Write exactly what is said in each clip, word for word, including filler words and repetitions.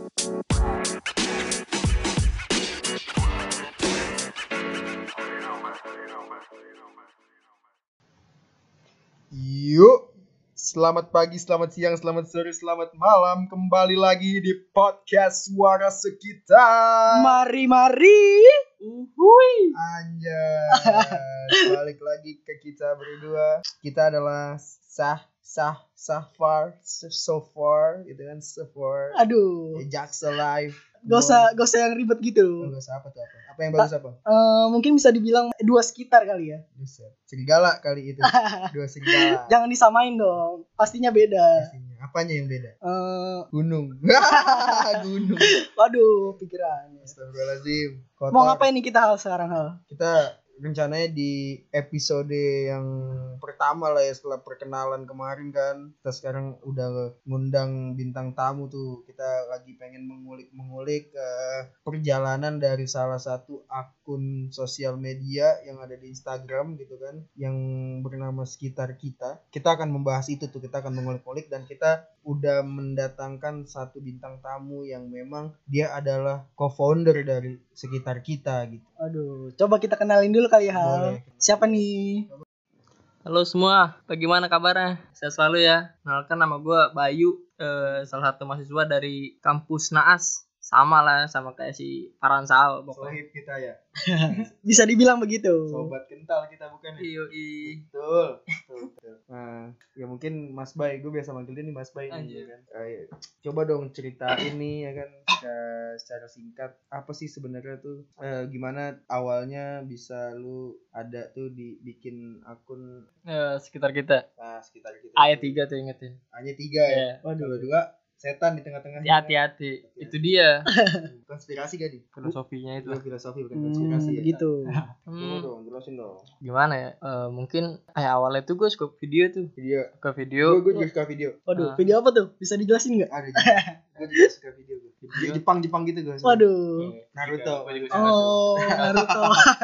Yuk, selamat pagi, selamat siang, selamat sore, selamat malam. Kembali lagi di podcast Suara Sekitar. Mari mari. Uhuy. Anjay, balik lagi ke kita berdua. Kita adalah sah sah sah far so far gitu kan, so far. Aduh. Jaksel Live. Gak usah, gak usah yang ribet gitu. Gak usah apa tuh apa? Apa yang bagus apa? Uh, mungkin bisa dibilang dua sekitar kali ya. Bisa. Serigala kali itu. Dua serigala. Jangan disamain dong. Pastinya beda. Pastinya. Apanya yang beda? Uh, Gunung. Gunung. Waduh, pikirannya. Astagfirullahaladzim. Kotor. Mau ngapain nih kita hal sekarang hal? Kita rencananya di episode yang pertama lah ya setelah perkenalan kemarin kan. Kita sekarang udah ngundang bintang tamu tuh. Kita lagi pengen mengulik-mengulik uh, perjalanan dari salah satu akun sosial media yang ada di Instagram gitu kan, yang bernama Sekitar Kita. Kita akan membahas itu tuh, kita akan mengulik-ulik dan kita udah mendatangkan satu bintang tamu yang memang dia adalah co-founder dari Sekitar Kita gitu. Aduh, coba kita kenalin dulu kali ya. Boleh. Siapa nih? Halo semua, bagaimana kabarnya? Saya selalu ya. Kenalkan, nama gue Bayu, eh, salah satu mahasiswa dari kampus Naas. Sama lah, sama kayak si Farhan Saal pokoknya. Sohib kita ya. Bisa dibilang begitu. Sobat kental kita bukan ya? Iyo, i. Betul, betul, betul. Nah, ya mungkin Mas Bay, gue biasa manggil dia nih Mas Bay nih, kan. Eh, coba dong ceritain nih ya kan, uh, secara singkat apa sih sebenarnya tuh, uh, gimana awalnya bisa lu ada tuh dibikin akun Eh, sekitar kita. nah, Sekitar Kita. Ayat tiga tuh ingetin. Hanya tiga ya. Iya. Waduh, kalau dua setan di tengah-tengah. Hati-hati, itu dia Konspirasi gak di? filosofinya itu. Itu filosofi bukan Hmm, konspirasi ya. gitu. Coba Hmm, dong, jelasin dong. gimana ya? Eh, mungkin kayak awalnya tuh gue suka video tuh, Video. suka video. Gue gue juga suka video. Waduh, Ah. video apa tuh? Bisa dijelasin nggak? Ada juga. Gue juga suka video gue. Video Jepang Jepang gitu gue. Waduh. Naruto. Oh, Naruto.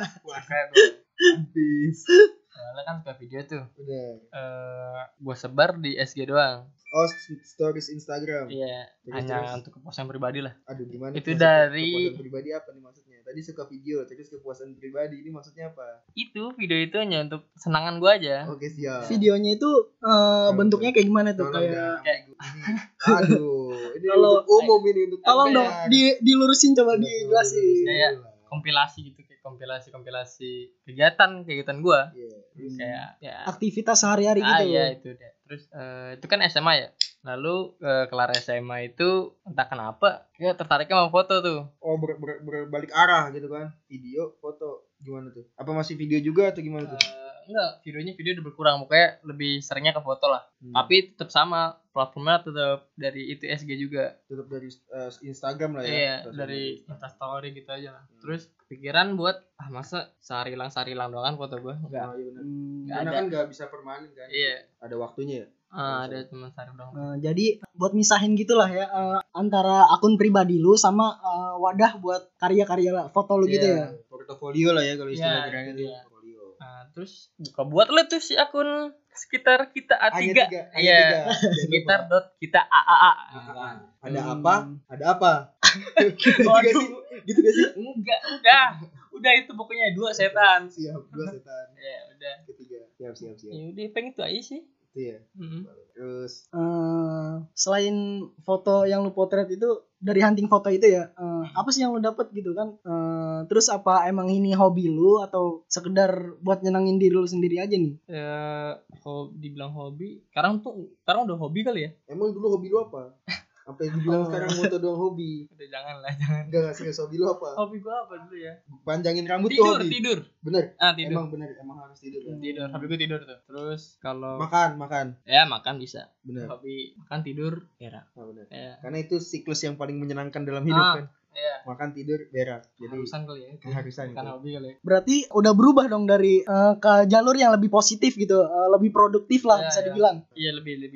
Habis. Awalnya kan suka video tuh. Udah. Eh, gue sebar di S G doang. Oh, stories Instagram. Iya, Terus, hanya terus. untuk kepuasan pribadi lah. Aduh, gimana? Itu maksudnya? dari- Kepuasan pribadi apa nih maksudnya? Tadi suka video, terus kepuasan pribadi ini maksudnya apa? Itu video itu hanya untuk senangan gue aja. Oke, siap. Videonya itu uh, bentuknya kayak gimana tuh? Tolong Kayak dah. kayak- Ini. Aduh, ini Kalau- untuk umum ini untuk tolong dong pendengar. di dilurusin coba Betul, dijelasin. Kayak kompilasi gitu, kayak kompilasi kompilasi kegiatan kegiatan gue. Iya. Kayak ya Aktivitas sehari-hari ah, gitu. iya itu deh. Terus eh, itu kan S M A ya. Lalu eh, kelar S M A itu entah kenapa ya tertariknya sama foto tuh. Oh, ber, ber, berbalik arah gitu kan. Video, foto. Gimana tuh? Apa masih video juga atau gimana tuh? Eh, enggak, videonya video udah berkurang, pokoknya lebih seringnya ke foto lah. Hmm. Tapi tetap sama, platformnya tetap dari I T S G juga. Tetap dari uh, Instagram lah ya. Iya, Sosial dari media. Instastory gitu aja lah. Hmm. Terus kepikiran buat ah masa sehari hilang sehari hilang doang kan foto gue? Enggak. Oh, iya benar. Hmm, Nggak Karena ada. kan nggak bisa permanen kan. Iya. Ada waktunya ya. Ah, ada cuma sehari doang. uh, jadi buat misahin gitulah ya uh, antara akun pribadi lu sama uh, wadah buat karya-karya foto lu gitu ya. Portofolio lah ya kalau istilah Iya, gerangnya itu tuh. dia. Portofolio. Nah, terus buka buat lah tuh si akun sekitar kita A tiga. Hanya tiga, hanya Iya. tiga. Jangan Sekitar lupa. dot kita A A A. Gitu Ah, kan. Ada Hmm. apa? Ada apa? gitu gak Waduh. sih? Gitu gak sih? Enggak, udah. Udah itu pokoknya dua setan. Siap, dua setan. Ya, udah. Ketiga. Siap, siap, siap. Ya udah pengen itu aja sih. Itu ya. Mm-mm. Terus Uh, selain foto yang lu potret itu dari hunting foto itu ya, uh, apa sih yang lu dapet gitu kan? Uh, terus apa emang ini hobi lu atau sekedar buat nyenangin diri lu sendiri aja nih? Ya, ho- dibilang hobi. Sekarang tuh sekarang udah hobi kali ya? emang dulu hobi lu apa? Apa yang dibilang Oh. sekarang moto doang hobi? Udah jangan lah, jangan. Enggak, enggak serius, hobi lu apa? Hobi gua apa dulu ya? Panjangin rambut tuh Tidur, hobi. tidur. Bener? Ah, tidur. Emang bener, emang harus tidur kan? Tidur. Hobi gua tidur tuh. Terus kalau Makan, makan. ya makan bisa. Bener. Hobi makan tidur berak. Ah, bener. Ya. Karena itu siklus yang paling menyenangkan dalam hidup Ah. kan. Ya. Makan, tidur, berak. Jadi Keharusan kali ya. keharusan Bukan itu. hobi kali ya. Berarti udah berubah dong dari uh, ke jalur yang lebih positif gitu, uh, lebih produktif lah Ya, bisa ya. dibilang. Iya, lebih lebih ini,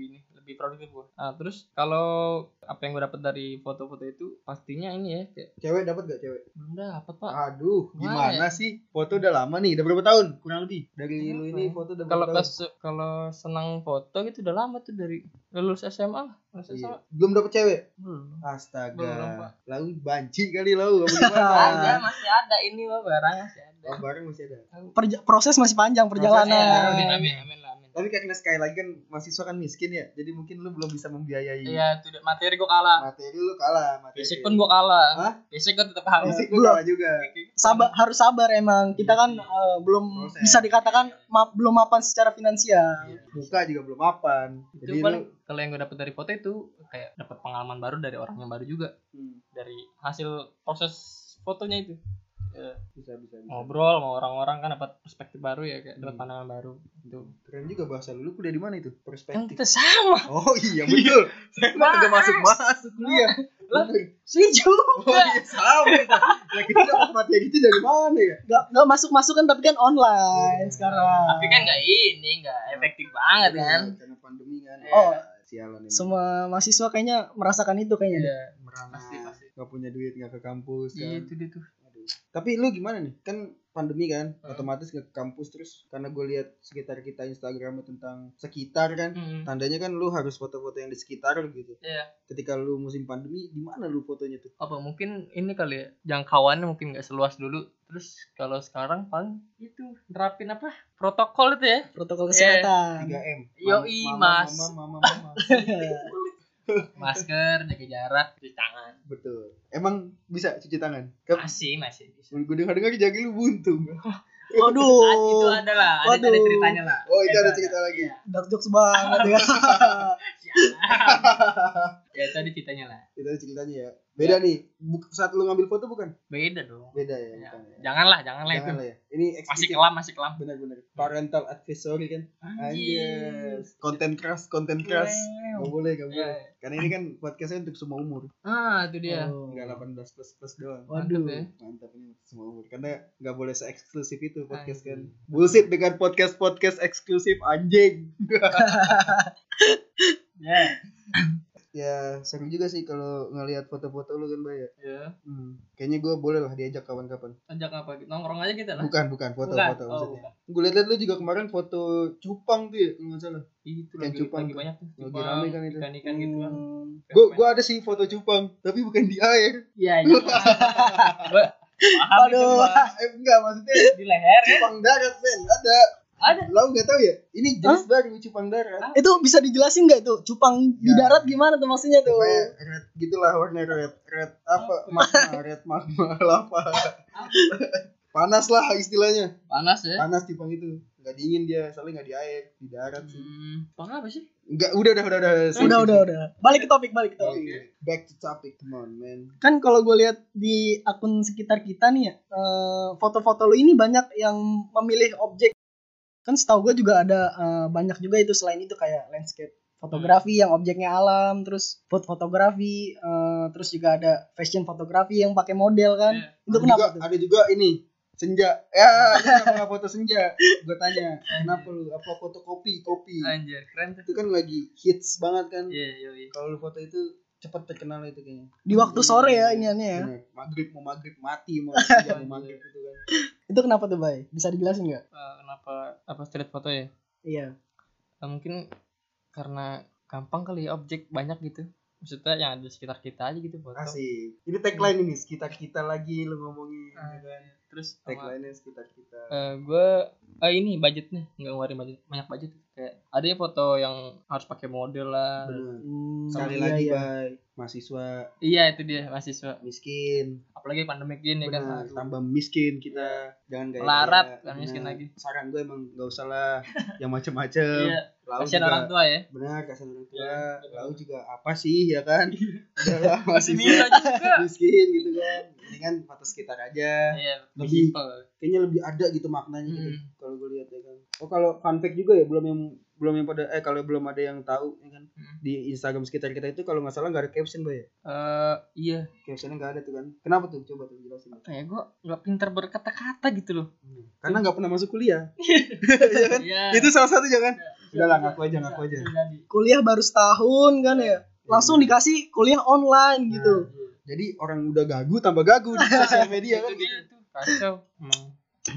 lebih produktif gue. Nah, terus kalau apa yang gue dapat dari foto-foto itu pastinya ini ya kayak Cewek dapat gak cewek? belum dapat pak. Aduh, Gimana gimana ya? sih? Foto udah lama nih, udah berapa tahun? Kurang lebih dari lu Kenapa ini ya? foto udah Kalau berapa tahun? pas kalau senang foto gitu udah lama tuh dari lulus S M A lah. Lulus S M A. Iya. Belum dapet cewek? Belum. Astaga. Belum, Pak. Lalu banci kali lau, gak bagaimana? Ada masih ada ini mah barang masih ada. Oh, bareng masih ada. Perja- proses masih panjang Amin, perjalanan. amin, amin, lah, amin. Tapi karena sekali lagi kan mahasiswa kan miskin ya, jadi mungkin lu belum bisa membiayai. Iya, tuh materi gue kalah. Materi lu kalah, materi. Fisik pun gue kalah. Hah? Fisik gue tetap harus. Fisik lu kalah juga. Sabar, harus sabar emang. Kita kan eh, belum Proses. bisa dikatakan ma- belum mapan secara finansial. Muka juga belum mapan. Itu Jadi paling lu kalau yang gue dapet dari foto itu kayak dapat pengalaman baru dari orang yang baru juga, hmm, dari hasil proses fotonya itu. Ya, bisa bisa bisa. ngobrol sama orang-orang kan dapat perspektif baru ya, kayak dapat Hmm. pandangan baru gitu. Keren juga bahasa lu. Lu kuliah di mana itu? Kan Perspektif. kita sama. Oh iya betul. Saya mah kagak masuk masuk kuliah. Lah, Bener. Sih juga. Oh iya sama kita. Ya kita dapat materi itu dari mana ya? Gak, gak masuk-masuk kan tapi kan online Iya. sekarang. Tapi kan nggak ini, nggak efektif banget kan. Karena pandemi kan. Oh. Sialan ini. Semua mahasiswa kayaknya merasakan itu kayaknya. Iya, Merana. pasti pasti. Gak punya duit, gak ke kampus Iya, kan. itu dia tuh. Aduh. Tapi lu gimana nih? Kan pandemi kan, Hmm. otomatis gak ke kampus terus. Karena gue lihat sekitar kita Instagramnya tentang sekitar kan. Hmm. Tandanya kan lu harus foto-foto yang di sekitar gitu. Iya. Ketika lu musim pandemi, di mana lu fotonya tuh? Apa mungkin ini kali ya, jangkauannya mungkin nggak seluas dulu. Terus kalau sekarang paling itu nerapin apa protokol itu ya. Protokol Iya. kesehatan. tiga M. Yoi, Mama, Mas. Mama, mama, mama, mama. Masker, jaga jarak, cuci tangan. Betul. Emang bisa cuci tangan? Kan Masih masih bisa. gue dengar-dengar jagi lu buntung. Waduh. Ah, itu ada lah, ada, ada Waduh. ceritanya lah. Oh, itu ada Ada. cerita lagi. Dark jokes banget ya. Ya tadi ceritanya lah. Itu ada ceritanya ya. Beda nih. Buk- saat lu ngambil foto bukan? Beda dong. Beda ya, Ya, bukan ya. janganlah, janganlah Jangan itu. lah ya. Ini Masih eksplisit. kelam, masih kelam. Benar-benar. Parental advisory kan. Anjir. Anjir. Konten keras, konten keras. Gak boleh, gak boleh. Ya. Karena ini kan podcastnya untuk semua umur. Ah, itu dia. Oh. Enggak delapan belas plus plus doang. Mantap Waduh. ya. Mantap ini untuk semua umur. Karena gak boleh se-eksklusif itu podcast kan. Anjing. Bullshit dengan podcast-podcast eksklusif anjing. Ya. Ya seru juga sih kalau ngelihat foto-foto lu kan Bay ya. Ya. Hmm. Kayaknya gue boleh lah diajak kapan-kapan. Ajak apa? Nongkrong aja kita lah. Bukan, bukan foto, Bukan. foto Oh, maksudnya. bukan. Gue liat-liat lu juga kemarin foto cupang tuh ya, kalau nggak salah. Itu Ikan lagi, cupang lagi tuh. banyak tuh. Lagi Cupang, rame kan itu. Ikan-ikan gitu kan. Hmm. Gue gue ada sih foto cupang, tapi bukan di air. Iya, iya. Gua paham itu Aduh. gua. Eh, enggak maksudnya Di leher ya. cupang darat men, ada. Ada. Lo nggak tahu ya? Ini jenis baru cupang darat. Itu bisa dijelasin nggak tuh cupang di Ya. darat gimana tuh maksudnya tuh? Kayak red gitulah warna red, red apa magma, red magma lava. Panas lah istilahnya. Panas ya. Panas cupang itu. Nggak dingin dia, soalnya nggak di air, di darat sih. Hmm, Pang apa sih? Enggak, udah udah udah udah. Udah udah udah. Balik ke topik, balik ke topik. Oke. Back to topic, come on man. Kan kalau gue lihat di akun sekitar kita nih ya, eh, foto-foto lu ini banyak yang memilih objek. Kan setahu gue juga ada eh, banyak juga itu selain itu kayak landscape fotografi yang objeknya alam, terus food fotografi, eh, terus juga ada fashion fotografi yang pakai model kan. Iya. Itu Ada kenapa juga, tuh? ada juga ini senja. Ya, kenapa nggak foto senja? Gue tanya, kenapa lu? Apa foto kopi, kopi? Anjir, keren tuh. Itu kan lagi hits banget kan. Iya, iya, iya. Kalau lu foto itu cepat terkenal itu kayaknya. Di waktu sore ya iniannya ya. Bener. Maghrib mau maghrib mati mau senja mau maghrib itu kan. Itu kenapa tuh, Bay? Bisa dijelasin nggak? Eh, kenapa apa street foto ya? Iya. Eh, mungkin karena gampang kali ya, objek banyak gitu. Maksudnya yang ada di sekitar kita aja gitu foto. Asik. Ini tagline ini sekitar kita lagi lu ngomongin Ah, ya kan. Terus sama, Tagline-nya sekitar kita. eh, gue eh, ini budgetnya nggak ngeluarin budget banyak budget, kayak ada ya foto yang harus pakai model lah. Bener. Hmm, Sekali iya, lagi, iya. Bay, mahasiswa Iya, itu dia mahasiswa. miskin. Apalagi pandemik gini kan. Benar, Aduh. tambah miskin kita. Jangan gaya Melarat, kan miskin lagi. Saran gue emang gak usah lah yang macem-macem. Iya. Lau Kasihan juga, orang tua ya. benar kasihan orang tua. Iya, Lau juga apa sih ya kan? Udahlah Masih masih bisa juga. miskin gitu kan. Ini kan foto sekitar aja. Iya, lebih Lebih- simpel. Kayaknya lebih ada gitu maknanya gitu. Hmm. Kalau gue lihat ya kan. Oh kalau fun fact juga ya belum yang belum yang pada eh kalau belum ada yang tahu ya kan Hmm. di Instagram sekitar kita itu kalau nggak salah nggak ada caption Bay ya. Eh, iya. Captionnya nggak ada tuh kan. Kenapa tuh? Coba tuh jelasin. Kayak gue nggak pintar berkata-kata gitu loh. Karena nggak pernah masuk kuliah. Iya kan? Iya. Itu salah satu jangan. Udah lah, ngaku aja, ngaku aja. Kuliah baru setahun kan ya. Langsung dikasih kuliah online gitu. Nah, jadi orang udah gagu tambah gagu di sosial media kan gitu. Kacau. Hmm.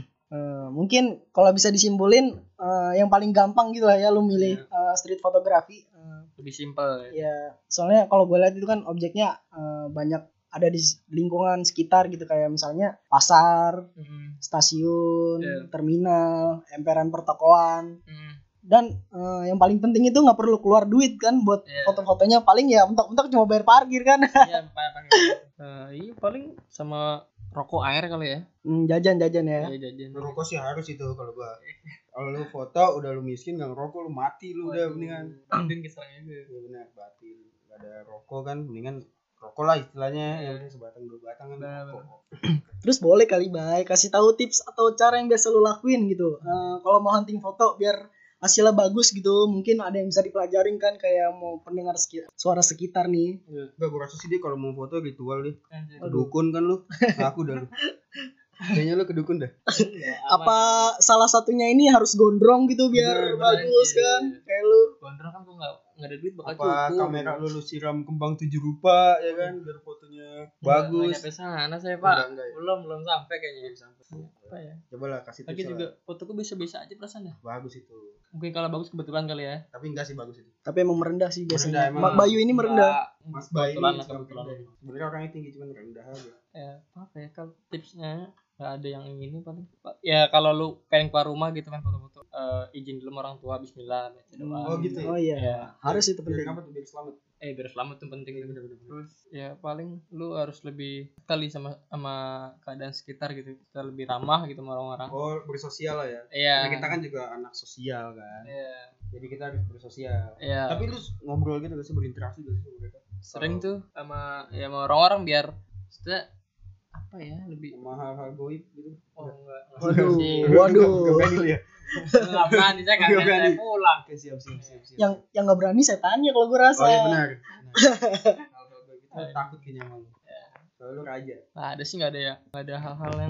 Uh, mungkin kalau bisa disimpulin uh, yang paling gampang gitu lah ya lu milih uh, street photography. Uh, Lebih simpel. ya, soalnya kalau gue lihat itu kan objeknya uh, banyak ada di lingkungan sekitar gitu, kayak misalnya pasar, Hmm. stasiun, Yeah. terminal, emperan pertokoan. Hmm. Dan uh, yang paling penting itu nggak perlu keluar duit kan buat Yeah. foto-fotonya, paling ya mentok-mentok cuma bayar parkir kan. Iya, pakai. Uh, iya paling sama rokok air kali ya. Hmm, jajan-jajan ya. Iya jajan. Ngerokok sih harus itu kalau gua. Kalau lu foto udah lu miskin enggak ngerokok lu mati lu udah mendingan. Mending keserang aja. Ya benar, batin. Enggak ada rokok kan mendingan rokok lah istilahnya, yang penting sebatang dua batang kan Benar, rokok. Terus boleh kali Bay kasih tahu tips atau cara yang biasa lu lakuin gitu. Uh, kalau mau hunting foto biar hasilnya bagus gitu, mungkin ada yang bisa dipelajarin kan, kayak mau pendengar seki- suara sekitar nih. Enggak, gua rasa sih dia kalau mau foto ritual deh. Anjir. Kedukun kan lu. Aku dah lu. Kayaknya lu kedukun dah. Ya, Apa salah satunya ini harus gondrong gitu biar Bener, bagus bener. kan, kayak lu. Gondrong kan gua enggak enggak ada duit bakal Apa cukup. kamera lu lu siram kembang tujuh rupa ya kan biar fotonya bagus. Sampai sana saya, Enggak, Pak. enggak ya. Belum belum sampai kayaknya. Sampai. Apa ya? Coba lah kasih Lagi tips juga lah. fotoku bisa-bisa aja perasaan ya. Bagus itu. Mungkin kalau bagus kebetulan kali ya. Tapi enggak sih bagus itu. Tapi emang merendah sih biasanya. Merendah, emang. Mak Bayu ini merendah. Enggak, Mas Bayi kebetulan ini lah, kebetulan. sebenarnya orangnya tinggi cuman rendah aja. Ya, apa ya kalau tipsnya nggak ada yang ini paling. Ya kalau lu pengen keluar rumah gitu kan foto-foto, eh, izin dulu sama orang tua, bismillah, baca doa. Oh gitu ya? Oh iya. Ya. Harus itu Biar penting. apa tuh biar selamat. Eh biar selamat tuh penting. Iya, bener-bener. Terus ya paling lu harus lebih kali sama sama keadaan sekitar gitu. Kita lebih ramah gitu sama orang-orang. Oh, bersosial lah ya. Iya. Karena kita kan juga anak sosial kan. Iya. Jadi kita harus bersosial. Iya. Tapi lu ngobrol gitu gak sih, berinteraksi gak sih sama mereka? Sering tuh sama ya sama orang-orang biar maksudnya apa ya lebih Sama hal-hal goib gitu. oh enggak Waduh, sih. waduh. Gak berani lu ya? Enggak berani saya Nggak enggak berani. berani pulang. Oke, siap, siap, siap, siap. Yang yang nggak berani saya tanya kalau gue rasa. Oh iya benar. Hal-hal goib itu takut kayaknya sama lu. Soalnya lu raja. Nah, ada sih nggak ada ya nggak ada hal-hal yang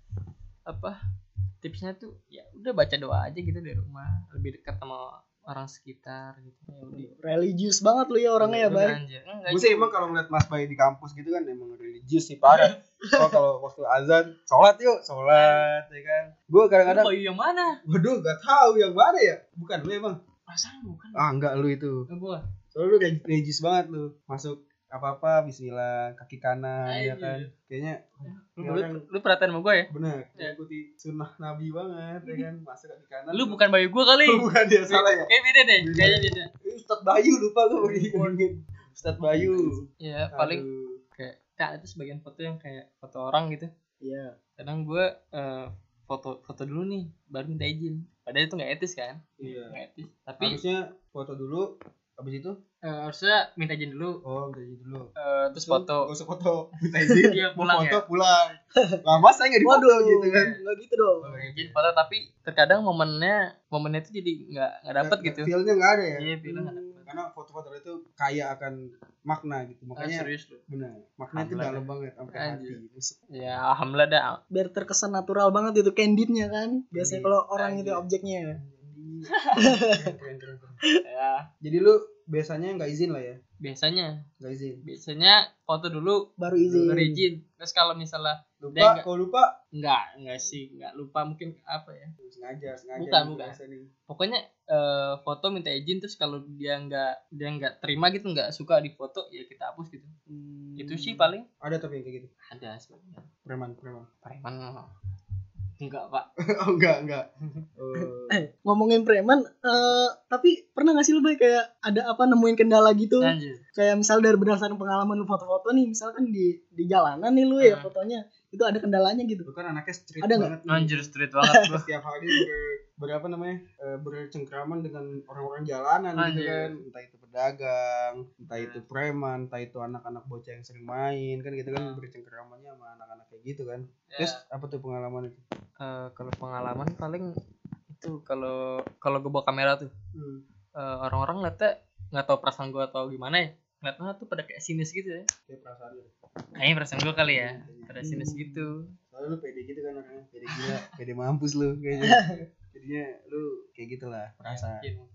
apa tipsnya tuh ya udah baca doa aja gitu di rumah lebih dekat sama orang sekitar gitu ya udah. Religius banget lu ya orangnya ya, Udah, Bay. anjir. Enggak, Gue sih emang kalau ngeliat Mas Bayi di kampus gitu kan emang religius sih parah. Oh kalau waktu azan, sholat yuk, sholat ya kan. Gue kadang-kadang, Bayu yang mana? waduh gak tahu yang mana ya. Bukan lu emang. Perasaan bukan. Ah enggak lu itu. Enggak gua. Soalnya lu religius banget lu. Masuk apa-apa bismillah kaki kanan ya kan. Kayaknya Lu, ya lu, orang lu perhatian sama gua ya? bener Ya. mengikuti sunnah Nabi banget ya kan. Masuk kaki kanan. Lu bukan Bayu gua kali. bukan dia salah ya. Kayak beda deh. Beda. Kayaknya beda. Eh, Ustadz Bayu lupa gue ngomongin. Ustadz Bayu. Ya paling Aduh. kayak kan itu sebagian foto yang kayak foto orang gitu. Iya. Kadang gua eh, foto foto dulu nih baru minta izin. Padahal itu nggak etis kan? Iya. Nggak etis. Tapi Harusnya foto dulu, habis itu eh, harusnya minta izin dulu. oh minta izin dulu. Eh, terus foto. Gak usah foto, minta izin. Iya, Mau pulang foto ya? pulang. Lama saya nggak difoto Waduh, gitu kan. Enggak gitu dong. Izin foto tapi terkadang momennya momennya itu jadi nggak nggak dapet gitu. Feelnya nggak ada ya. Iya, feelnya nggak dapet. Karena foto-foto itu kaya akan makna gitu. Ah, Makanya serius lu. benar. Makna itu Alhamdulillah. dalam banget sampai hati. Anjir. Nusuk. Ya alhamdulillah dah. Biar terkesan natural banget itu, candidnya kan. Biasanya Candid. kalau orang itu Anjir. objeknya. Keren, keren, keren. Ya Jadi lu biasanya nggak izin lah ya? biasanya Nggak izin. biasanya foto dulu Baru izin. baru izin. Terus kalau misalnya dia Lupa, nggak- kalau lupa enggak enggak sih enggak lupa mungkin apa ya. sengaja, sengaja. Bukan, gitu bukan. biasa nih. Pokoknya eh, foto minta izin terus kalau dia nggak dia nggak terima gitu nggak suka di foto ya kita hapus gitu. Hmm. Itu sih paling Ada tapi yang kayak gitu. ada sebenarnya. Preman, preman. Preman enggak pak. oh enggak, enggak. Oh. Eh, ngomongin preman, eh tapi pernah gak sih lu Bay kayak ada apa nemuin kendala gitu? Anjir. Kayak misal dari berdasarkan pengalaman lu foto-foto nih, misalkan di di jalanan nih lu ya Hmm. fotonya, itu ada kendalanya gitu. Lu kan anaknya street Ada nggak? banget. nih. Anjir street banget bro. Setiap hari ber, berapa namanya? eh, bercengkraman dengan orang-orang jalanan gitu Anjir. kan. Entah itu pedagang, entah itu preman, entah itu anak-anak bocah yang sering main kan gitu kan Hmm. bercengkramannya sama anak-anak kayak gitu kan. Ya, Terus apa tuh pengalaman itu? eh, kalau pengalaman paling itu kalau kalau gue bawa kamera tuh Hmm. eh, orang-orang ngeliatnya nggak tahu perasaan gue atau gimana ya ngeliatnya tuh pada kayak sinis gitu ya. Kayak perasaan lu. Kayaknya perasaan gue kali ya pada sinis gitu. Soalnya lu pede gitu kan orangnya, pede gila, pede mampus lu kayaknya. Jadinya lu kayak gitulah perasaan. Mungkin, mungkin.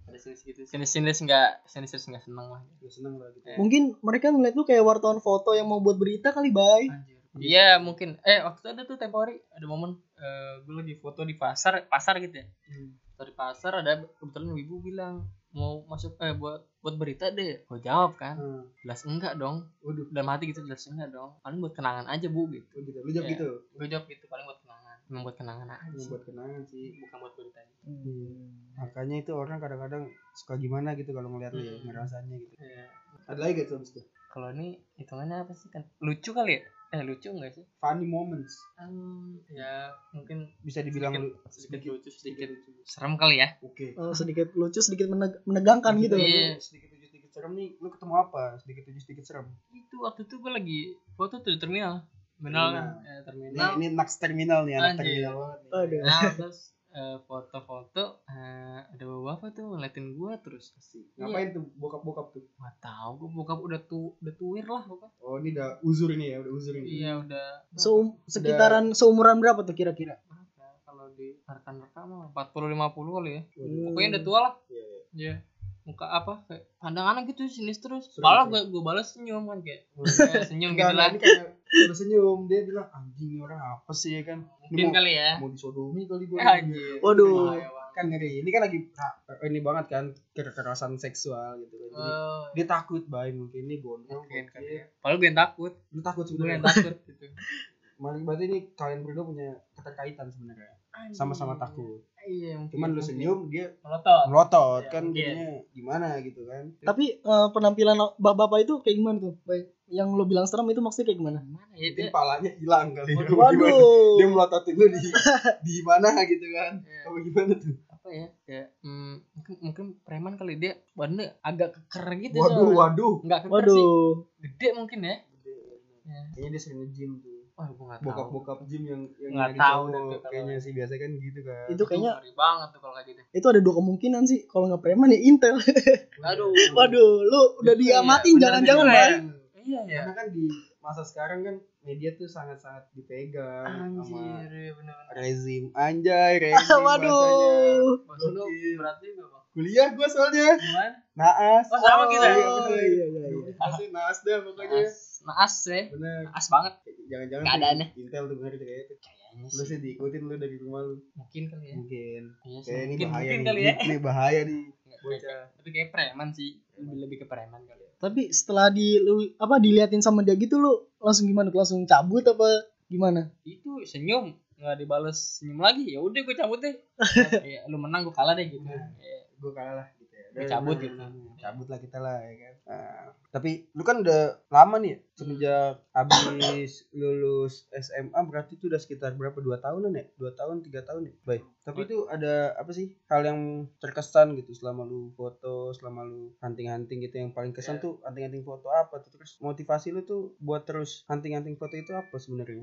Ada sinis gitu. Sinis-sinis enggak, sinis-sinis enggak seneng lah. Gak seneng lah gitu. Mungkin mereka ngeliat lu kayak wartawan foto yang mau buat berita kali, Bay. Anjir. Iya mungkin. Eh waktu itu ada tuh tempo hari ada momen uh, gue lagi foto di pasar, pasar gitu ya. Hmm. Di pasar ada kebetulan ibu bilang mau masuk eh buat buat berita deh. Gue jawab kan. Hmm. Jelas enggak dong. Waduh. Dalam hati gitu jelas enggak dong. Paling buat kenangan aja bu gitu. Oh, gitu. Lu jawab ya, gitu. Gue jawab gitu paling buat kenangan. Memang buat kenangan aja. Memang buat kenangan sih. Bukan buat berita. Hmm. Makanya itu orang kadang-kadang suka gimana gitu kalau ngeliat hmm. lu ya, ngerasanya gitu. Iya. Ada lagi gak tuh? Kalau ini hitungannya apa sih kan? Lucu kali ya? Eh lucu enggak sih? Funny moments. Um, ya mungkin bisa dibilang sedikit, lu sedikit lucu, sedikit lucu. Serem kali ya? Oke. Okay. Oh, sedikit lucu, sedikit meneg- menegangkan gitu. Iya. Sedikit lucu, sedikit serem nih. Lu ketemu apa? Sedikit lucu, sedikit serem. Itu waktu itu gue lagi foto tuh di terminal. Terminal kan? Eh, terminal. Ini, ini Nax terminal nih, anak terminal banget. Aduh. Nah, terus uh, foto-foto uh, ada bapak tuh ngeliatin gua terus sih. Ngapain iya. tuh bokap-bokap tuh? Nggak tahu, gua bokap udah tu udah tuir lah bokap. Oh, ini udah uzur ini ya, udah uzur ini. Iya, udah. So, sekitaran udah... seumuran berapa tuh kira-kira? Kalau di rekan-rekan mah empat puluh lima puluh kali ya. Hmm. Pokoknya udah tua lah. Iya, iya. Iya. Muka apa kayak pandangannya gitu sinis terus. Malah gua gua balas senyum kan kayak. kayak senyum gitu lah. Ini kayak udah senyum, dia bilang anjing ini orang apa sih ya kan? Mungkin kali ya. Mau disodomi kali gua. Anjir. Waduh. Kan ngeri. Ini kan lagi ini banget kan kekerasan seksual gitu kan. Jadi uh, dia takut baik mungkin ini gondrong mungkin kan ya. Padahal gue yang takut. Lu takut sebenarnya. Gue yang takut gitu. Malah berarti ini kalian berdua punya keterkaitan sebenarnya. Sama-sama takut. Iya, cuman lu senyum dia melotot. Melotot ya, kan jadinya gimana gitu kan. Tapi uh, penampilan bapak-bapak itu kayak gimana tuh? Baik. Yang lu bilang serem itu maksudnya kayak gimana? Gimana ya? Dia palanya hilang kali. Waduh. Waduh. Dia melototin lu di di mana gitu kan. Ya. Apa gimana tuh? Apa ya? Kayak hmm, mungkin mungkin preman kali dia badannya agak keker gitu. Waduh, soalnya. waduh. Enggak keker waduh. sih. Gede mungkin ya. Gede. Ya. Kayaknya dia sering nge-gym tuh. Wah, gua enggak tahu. Bokap-bokap gym yang yang enggak tahu tuh, kayaknya sih biasa kan gitu kan. Itu kayaknya ngeri banget tuh kalau kayak gitu. Itu ada dua kemungkinan sih. Kalau enggak preman ya intel. Aduh. Waduh, lu udah diamatin iya, jangan-jangan, Bang. Iya ya. Karena kan di masa sekarang kan media tuh sangat-sangat dipegang anjir, sama ya bener-bener. rezim anjay rezim waduh maksud lu berarti gak kuliah gue soalnya gimana? Naas oh sama oh, kita iya, oh, iya iya iya pasti naas deh pokoknya naas, naas ya bener naas banget jangan-jangan keadaannya Intel tuh bener kayak itu kayaknya lu sih diikutin lu dari rumah lu mungkin kali ya mungkin iya, kayak ini mungkin, bahaya mungkin nih kali ya. ini bahaya nih bocah tapi kayak preman sih lebih lebih ke preman kali ya. Tapi setelah di lu apa diliatin sama dia gitu lu langsung gimana? Langsung cabut apa gimana? Itu senyum nggak dibales senyum lagi ya udah gue cabut deh. Ya, lu menang gue kalah deh gitu. Nah, ya, gue kalah lah gitu ya. Gue cabut gitu. Cabut lah kita lah ya kan. Nah, tapi lu kan udah lama nih ya semenjak abis lulus S M A berarti itu udah sekitar berapa dua tahunan ya? Dua tahun tiga tahun ya? Baik. Tapi itu ada apa sih hal yang terkesan gitu selama lu foto, selama lu hunting-hunting gitu yang paling kesan yeah. tuh hunting-hunting foto apa tuh? Terus motivasi lu tuh buat terus hunting-hunting foto itu apa sebenarnya?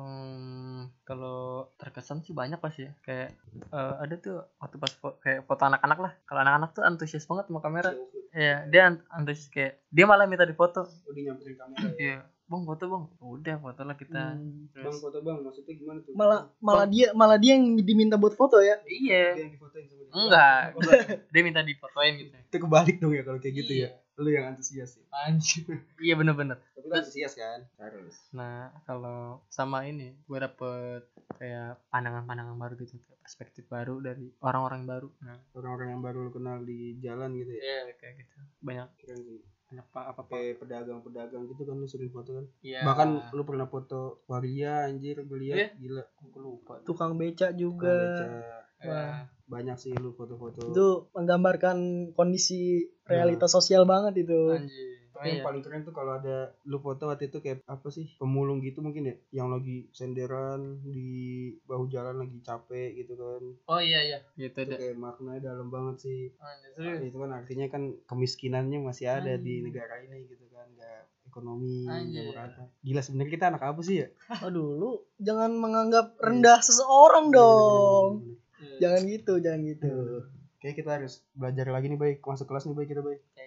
Hmm, kalau terkesan sih banyak pas ya. Kayak uh, ada tuh waktu pas fo- kayak foto anak-anak lah. Kalau anak-anak tuh antusias banget sama kamera. Iya, dia antusias kayak dia malah minta difoto. Oh, dia nyamperin kamera. Iya. Bang foto bang, udah foto lah kita. Hmm. Bang foto bang, maksudnya gimana tuh? Malah malah dia malah dia yang diminta buat foto ya? Iya. Dia yang difotoin sama dia. Enggak, dia minta difotoin gitu. Itu kebalik dong ya kalau kayak gitu iya. ya. Lu yang antusias ya. Anjir. Iya bener-bener. Tapi lu antusias kan? Harus. Nah kalau sama ini, gue dapet kayak pandangan-pandangan baru gitu, perspektif baru dari orang-orang baru. Nah, orang-orang yang baru lu kenal di jalan gitu ya? Iya kayak gitu. Banyak. Keren sih. Banyak apa apa kayak pedagang-pedagang gitu kan lu sering foto kan yeah. bahkan lu pernah foto waria anjir gue lihat yeah. gila gue lupa tukang beca juga tukang beca. Wah. Banyak sih lu foto-foto itu menggambarkan kondisi realitas nah. sosial banget itu anjir. Tapi oh, yang iya. paling keren tuh kalau ada lu foto waktu itu kayak apa sih pemulung gitu mungkin ya yang lagi senderan di bahu jalan lagi capek gitu kan. Oh iya iya gitu itu kayak maknanya dalam banget sih. Anjir. Nah, itu kan artinya kan kemiskinannya masih ada Anjir. Di negara ini gitu kan nggak ekonomi nggak merata. Gila sebenarnya kita anak apa sih ya? Aduh lu jangan menganggap rendah seseorang dong. Bener, bener, bener. Jangan gitu jangan gitu. Hmm. Kayak kita harus belajar lagi nih baik masuk kelas nih baik kita baik.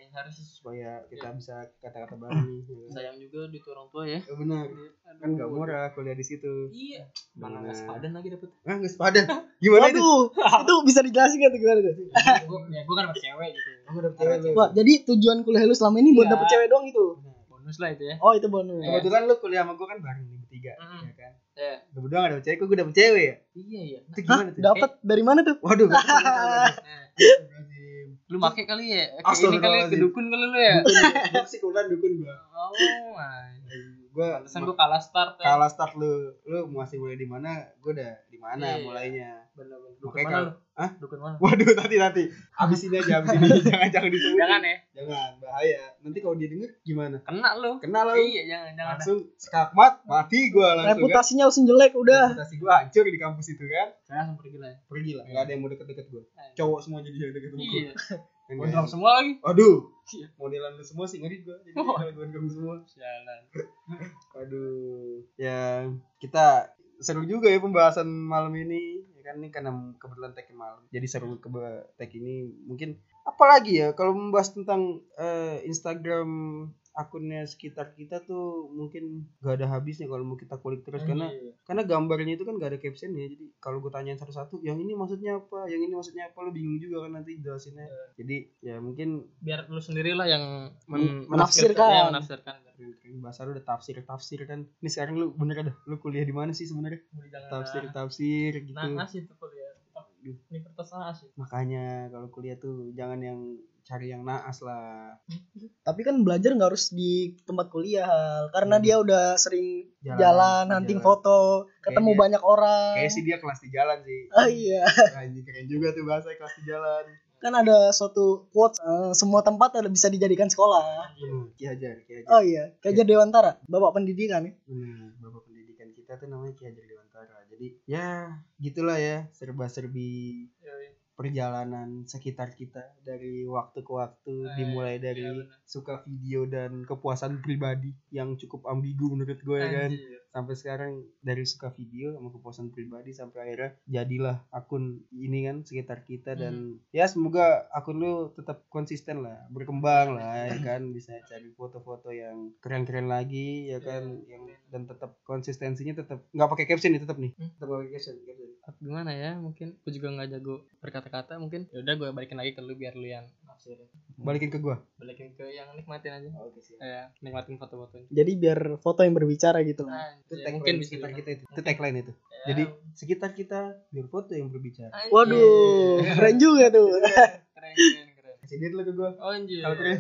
Iya, harus supaya kita bisa kata-kata baru nih. sayang juga duit orang tua ya. Ya benar. Kan nggak murah kuliah di situ. Iya. Mana Nah. nggak sepadan lagi dapet. Ah nggak sepadan. Gimana itu? Waduh, itu bisa dijelasin gak tuh gimana tuh? Gue ya gue kan dapet cewek gitu. Kamu dapet cewek lu. Wah, jadi tujuan kuliah lu selama ini buat Iya. dapet cewek doang itu? Bonus lah itu ya. Oh, itu bonus. Iya. Kebetulan lu kuliah sama gue kan bareng nih bertiga, Mm. ya kan? Ya. Lu berdua gak dapet cewek, kok gue dapet cewek ya? Iya iya. Itu Hah, gimana tuh? dapat dari mana tuh? Waduh, gak tahu, gak tahu, gak tahu. Eh, lu make kali ya? Kayak ini kali ya, Astagfirullahaladzim. kedukun kali lu ya. Gue sih kebetulan dukun gue. Oh, my. Gue Pantesan gue kalah start ya. kalah start lu, lu masih mulai di mana? Gue udah di mana Iya. mulainya. Bener-bener. Dukun Makanya mana kalau- lu? Hah? Dukun mana? Waduh, nanti nanti. Abis ini aja, abis ini jangan jangan disebut. Jangan ya. Jangan, bahaya. Nanti kalau dia denger gimana? Kena lu. Kenal lu. Iya, jangan jangan. Langsung skakmat, mati gue langsung. Reputasinya langsung jelek kan? udah. Reputasi gue hancur di kampus itu kan. Saya langsung pergi lah. ya. Pergi lah, nggak ada yang mau deket-deket gue. Cowok semua jadi yang deket sama gue. Iya. Kan Gondrong nggak- semua lagi. Aduh, Iya. modelan lu semua sih ngeri gue. Jadi Oh. gondrong semua. Jalan. Aduh, ya kita seru juga ya pembahasan malam ini. Ya kan ini karena kebetulan tag malam. Jadi seru ke tag ini mungkin apalagi ya kalau membahas tentang eh, Instagram akunnya sekitar kita tuh mungkin gak ada habisnya kalau mau kita kulik terus karena Iya. karena gambarnya itu kan gak ada captionnya. Jadi kalau gue tanyain satu-satu, yang ini maksudnya apa, yang ini maksudnya apa, lu bingung juga kan nanti jelasinnya. Jadi ya mungkin Biar lu sendiri lah yang Men- menafsirkan. Ya, menafsirkan. bahasa lu udah tafsir tafsir kan. Ini sekarang lu bener ada lu kuliah di mana sih sebenarnya? Tafsir tafsir gitu. Naas itu kuliah. Universitas Naas itu. Makanya kalau kuliah tuh jangan yang cari yang naas lah. Tapi kan belajar nggak harus di tempat kuliah, Hal. Karena Hmm. dia udah sering Jalan, jalan, hunting jalan. foto, ketemu Kayaknya- banyak orang. Kayaknya sih dia kelas di jalan sih. Oh iya, Anjing keren juga tuh bahasa kelas di jalan. kan ada suatu quotes, eh, semua tempat ada bisa dijadikan sekolah. Bener. Ki Hajar, Ki Hajar. Oh iya, Kajar Dewantara, Bapak Pendidikan ya. Bener. Bapak pendidikan kita tuh namanya Ki Hajar Dewantara. Jadi ya gitulah ya serba-serbi perjalanan sekitar kita dari waktu ke waktu, Eh, dimulai dari iya benar. suka video dan kepuasan pribadi yang cukup ambigu menurut gue ya kan. Anjir. Sampai sekarang dari suka video sama kepuasan pribadi sampai akhirnya jadilah akun ini kan sekitar kita dan ya semoga akun lu tetap konsisten lah, berkembang lah ya kan, bisa cari foto-foto yang keren-keren lagi ya kan, yang dan tetap konsistensinya tetap nggak pakai caption nih tetap nih. Hmm. Tetap nggak pakai caption. caption. Gimana ya, mungkin aku juga nggak jago berkata-kata, mungkin ya udah gue balikin lagi ke lu biar lu yang nafsirin, Balikin ke gua. balikin ke yang nikmatin aja. Oke sih. Ya, nikmatin foto-fotonya. Jadi biar foto yang berbicara gitu. Nah, Itu ya, tagline mungkin bisa sekitar juga. kita itu. Itu tagline itu. Ya, Jadi sekitar kita biar foto yang berbicara. anjir. Waduh, keren juga tuh. keren keren keren. Kasih duit lu ke gua. Oh anjir. Kalau keren.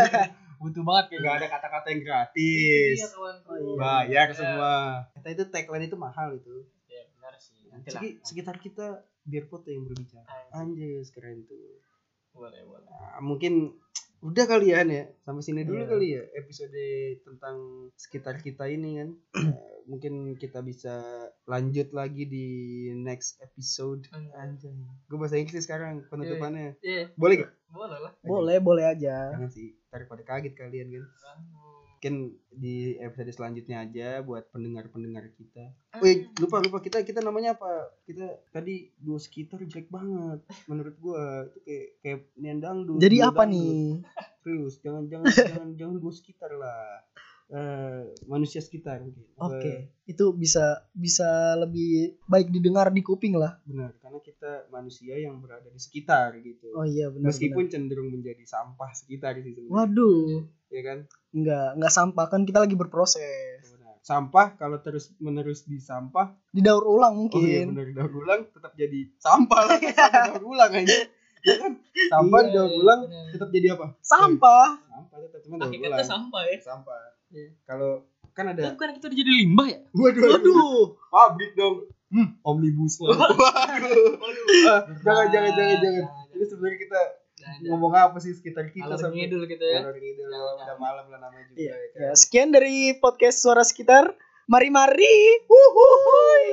Butuh banget kayak Enggak ada kata-kata yang gratis. Iya, kawan. Oh, iya. Bayar Ya. semua. Kata itu tagline itu mahal itu. Ya benar sih. Nanti lah. Seki- sekitar kita biar foto yang berbicara. Anjir, keren tuh. Boleh boleh. Nah, mungkin udah kali ya Han, ya. Sampai sini dulu Iya. kali ya episode tentang sekitar kita ini kan. Eh, mungkin kita bisa lanjut lagi di next episode. Anjay. Gue bahasa Inggris sekarang penutupannya. Iya, Boleh gak? boleh lah. Boleh, boleh aja. Jangan sih, daripada kaget kalian kan. Mungkin di episode selanjutnya aja buat pendengar-pendengar kita. Wih, lupa lupa kita kita namanya apa? Kita tadi duo sekitar jelek banget menurut gua. Itu kayak kayak nian dangdut. Jadi duo apa dangdut. nih? Serius, jangan jangan jangan jangan duo sekitar lah. Eh, manusia sekitar mungkin. Oke, Eh, itu bisa bisa lebih baik didengar di kuping lah. benar, karena kita manusia yang berada di sekitar gitu. Oh iya, benar. Meskipun cenderung menjadi sampah sekitar sih benar. sebenarnya. Waduh, Ya kan? enggak enggak sampah kan kita lagi berproses. Benar. Sampah kalau terus menerus di sampah. Didaur ulang Oh iya mungkin. benar, daur ulang tetap jadi sampah lah. Sampah daur ulang aja. Ya kan? Sampah Iya, daur iya, ulang benar. tetap jadi apa? Sampah. Sampah tetap cuma daur Hakikatnya ulang. sampah ya. Sampah. Iya. Kalau kan ada Bukan kita udah jadi limbah ya? waduh, Waduh. pabrik dong. Hmm, omnibus law. Waduh. Ah, jangan jangan jangan jangan. Jadi sebenarnya kita ngomong apa sih sekitar kita Kalau sampai ngidul gitu ya. Ngalor ngidul, udah malam lah namanya juga Iya. ya kan. Ya, sekian dari podcast Suara Sekitar. Mari-mari. Wuhuhuy.